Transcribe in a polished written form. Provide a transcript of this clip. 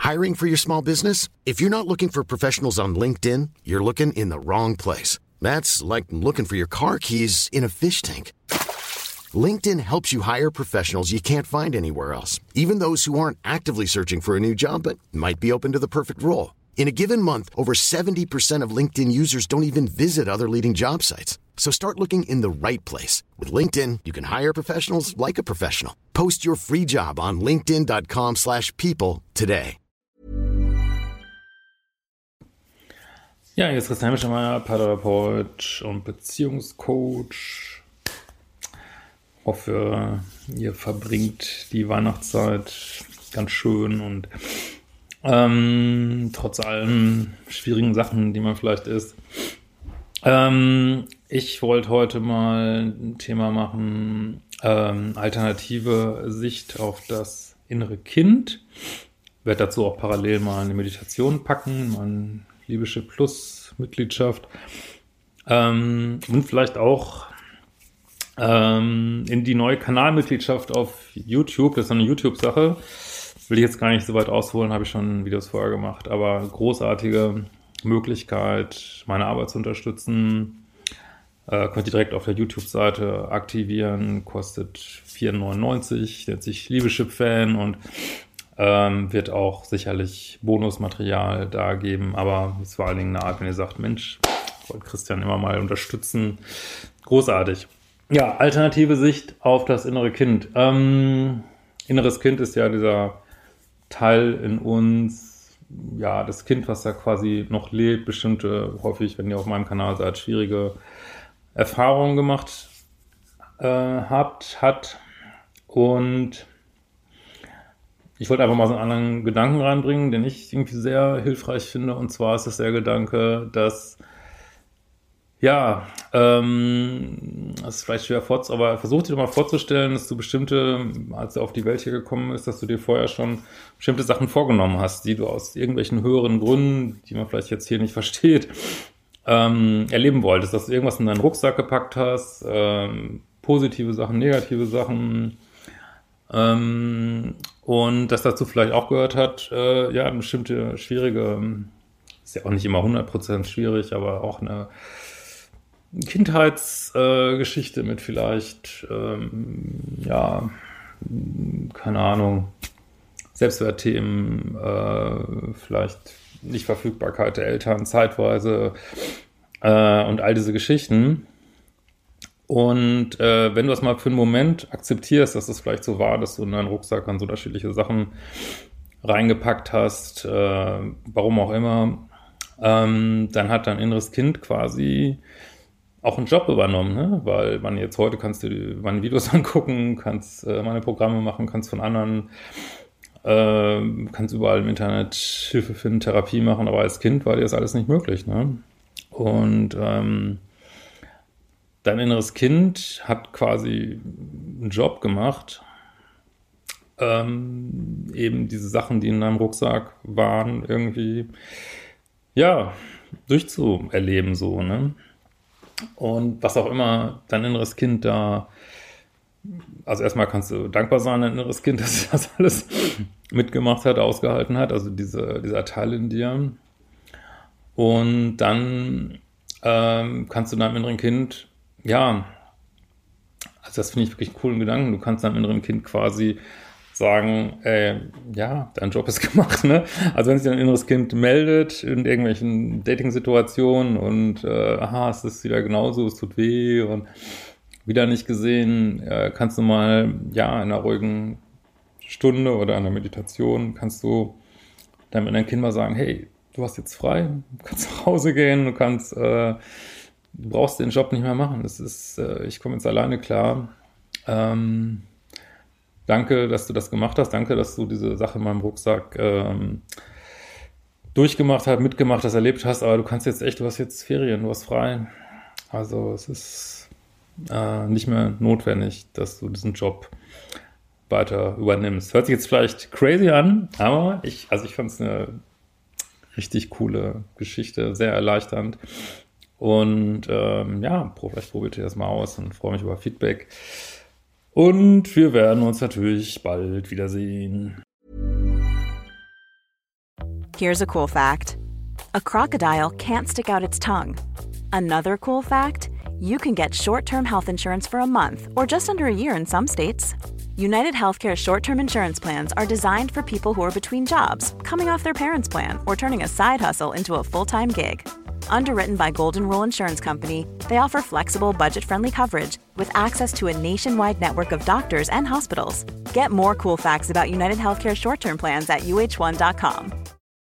Hiring for your small business? If you're not looking for professionals on LinkedIn, you're looking in the wrong place. That's like looking for your car keys in a fish tank. LinkedIn helps you hire professionals you can't find anywhere else, even those who aren't actively searching for a new job but might be open to the perfect role. In a given month, over 70% of LinkedIn users don't even visit other leading job sites. So start looking in the right place. With LinkedIn, you can hire professionals like a professional. Post your free job on linkedin.com/people today. Ja, hier ist Christian Mischemeier, Paartherapeut und Beziehungscoach. Hoffe, ihr verbringt die Weihnachtszeit ganz schön und trotz allen schwierigen Sachen, die man vielleicht ist. Ich wollte heute mal ein Thema machen, alternative Sicht auf das innere Kind. Ich werde dazu auch parallel mal eine Meditation packen, mal ein Liebeschip Plus Mitgliedschaft und vielleicht auch in die neue Kanalmitgliedschaft auf YouTube. Das ist eine YouTube-Sache. Will ich jetzt gar nicht so weit ausholen, habe ich schon Videos vorher gemacht, aber großartige Möglichkeit, meine Arbeit zu unterstützen. Könnt ihr direkt auf der YouTube-Seite aktivieren, kostet 4,99, nennt sich Liebeschip-Fan und wird auch sicherlich Bonusmaterial da geben, aber ist vor allen Dingen eine Art, wenn ihr sagt, Mensch, ich wollte Christian immer mal unterstützen. Großartig. Ja, alternative Sicht auf das innere Kind. Inneres Kind ist ja dieser Teil in uns, ja, das Kind, was da quasi noch lebt, bestimmte, häufig, wenn ihr auf meinem Kanal seid, schwierige Erfahrungen gemacht hat. Und ich wollte einfach mal so einen anderen Gedanken reinbringen, den ich irgendwie sehr hilfreich finde. Und zwar ist es der Gedanke, dass, ja, das ist vielleicht schwer aber versuch dir doch mal vorzustellen, dass du als du auf die Welt hier gekommen bist, dass du dir vorher schon bestimmte Sachen vorgenommen hast, die du aus irgendwelchen höheren Gründen, die man vielleicht jetzt hier nicht versteht, erleben wolltest, dass du irgendwas in deinen Rucksack gepackt hast, positive Sachen, negative Sachen, und dass dazu vielleicht auch gehört hat, ja, eine bestimmte schwierige, ist ja auch nicht immer 100% schwierig, aber auch eine Kindheitsgeschichte mit vielleicht, ja, keine Ahnung, Selbstwertthemen, vielleicht Nichtverfügbarkeit der Eltern zeitweise und all diese Geschichten. Und wenn du das mal für einen Moment akzeptierst, dass es vielleicht so war, dass du in deinen Rucksack ganz unterschiedliche Sachen reingepackt hast, warum auch immer, dann hat dein inneres Kind quasi auch einen Job übernommen, ne? Weil heute kannst du meine Videos angucken, kannst meine Programme machen, kannst von anderen, kannst überall im Internet Hilfe finden, Therapie machen, aber als Kind war dir das alles nicht möglich, ne? Und dein inneres Kind hat quasi einen Job gemacht, eben diese Sachen, die in deinem Rucksack waren, irgendwie, ja, durchzuerleben, so, ne? Und was auch immer dein inneres Kind da, also erstmal kannst du dankbar sein, dein inneres Kind, dass das alles mitgemacht hat, ausgehalten hat, also dieser Teil in dir. Und dann kannst du deinem inneren Kind, ja, also das finde ich wirklich einen coolen Gedanken, du kannst deinem inneren Kind quasi sagen, ja, dein Job ist gemacht, ne? Also wenn sich dein inneres Kind meldet in irgendwelchen Dating-Situationen und es ist wieder genauso, es tut weh und wieder nicht gesehen, kannst du mal, ja, in einer ruhigen Stunde oder einer Meditation kannst du deinem inneren Kind mal sagen, hey, du hast jetzt frei, du kannst nach Hause gehen, du brauchst den Job nicht mehr machen, ich komme jetzt alleine klar, danke, dass du das gemacht hast. Danke, dass du diese Sache in meinem Rucksack durchgemacht hast, mitgemacht hast, erlebt hast. Aber du hast jetzt Ferien, du hast frei. Also es ist nicht mehr notwendig, dass du diesen Job weiter übernimmst. Hört sich jetzt vielleicht crazy an, aber ich fand es eine richtig coole Geschichte, sehr erleichternd. Und vielleicht probiert ihr das mal aus und freue mich über Feedback. Und wir werden uns natürlich bald wiedersehen. Here's a cool fact. A crocodile can't stick out its tongue. Another cool fact, you can get short-term health insurance for a month or just under a year in some states. United Healthcare short-term insurance plans are designed for people who are between jobs, coming off their parents' plan, or turning a side hustle into a full-time gig. Underwritten by Golden Rule Insurance Company, they offer flexible, budget-friendly coverage with access to a nationwide network of doctors and hospitals. Get more cool facts about United Healthcare short-term plans at uh1.com.